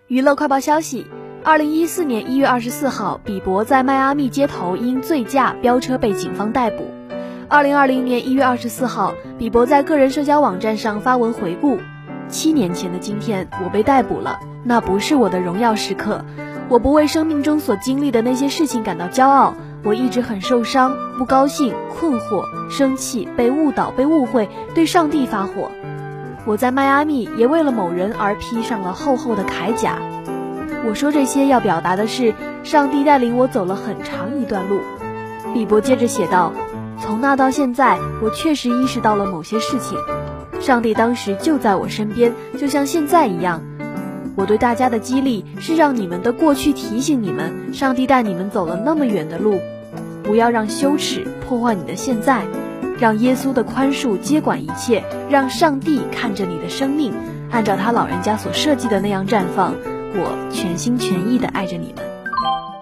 娱乐快报消息：2014年1月24号，比伯在迈阿密街头因醉驾飙车被警方逮捕。2020年1月24号，比伯在个人社交网站上发文回顾：7年前的今天，我被逮捕了，那不是我的荣耀时刻。我不为生命中所经历的那些事情感到骄傲，我一直很受伤、不高兴、困惑、生气、被误导、被误会，对上帝发火。我在迈阿密也为了某人而披上了厚厚的铠甲。我说这些要表达的是，上帝带领我走了很长一段路。比伯接着写道，从那到现在，我确实意识到了某些事情，上帝当时就在我身边，就像现在一样。我对大家的激励是让你们的过去提醒你们，上帝带你们走了那么远的路，不要让羞耻破坏你的现在，让耶稣的宽恕接管一切，让上帝看着你的生命，按照他老人家所设计的那样绽放。我全心全意地爱着你们。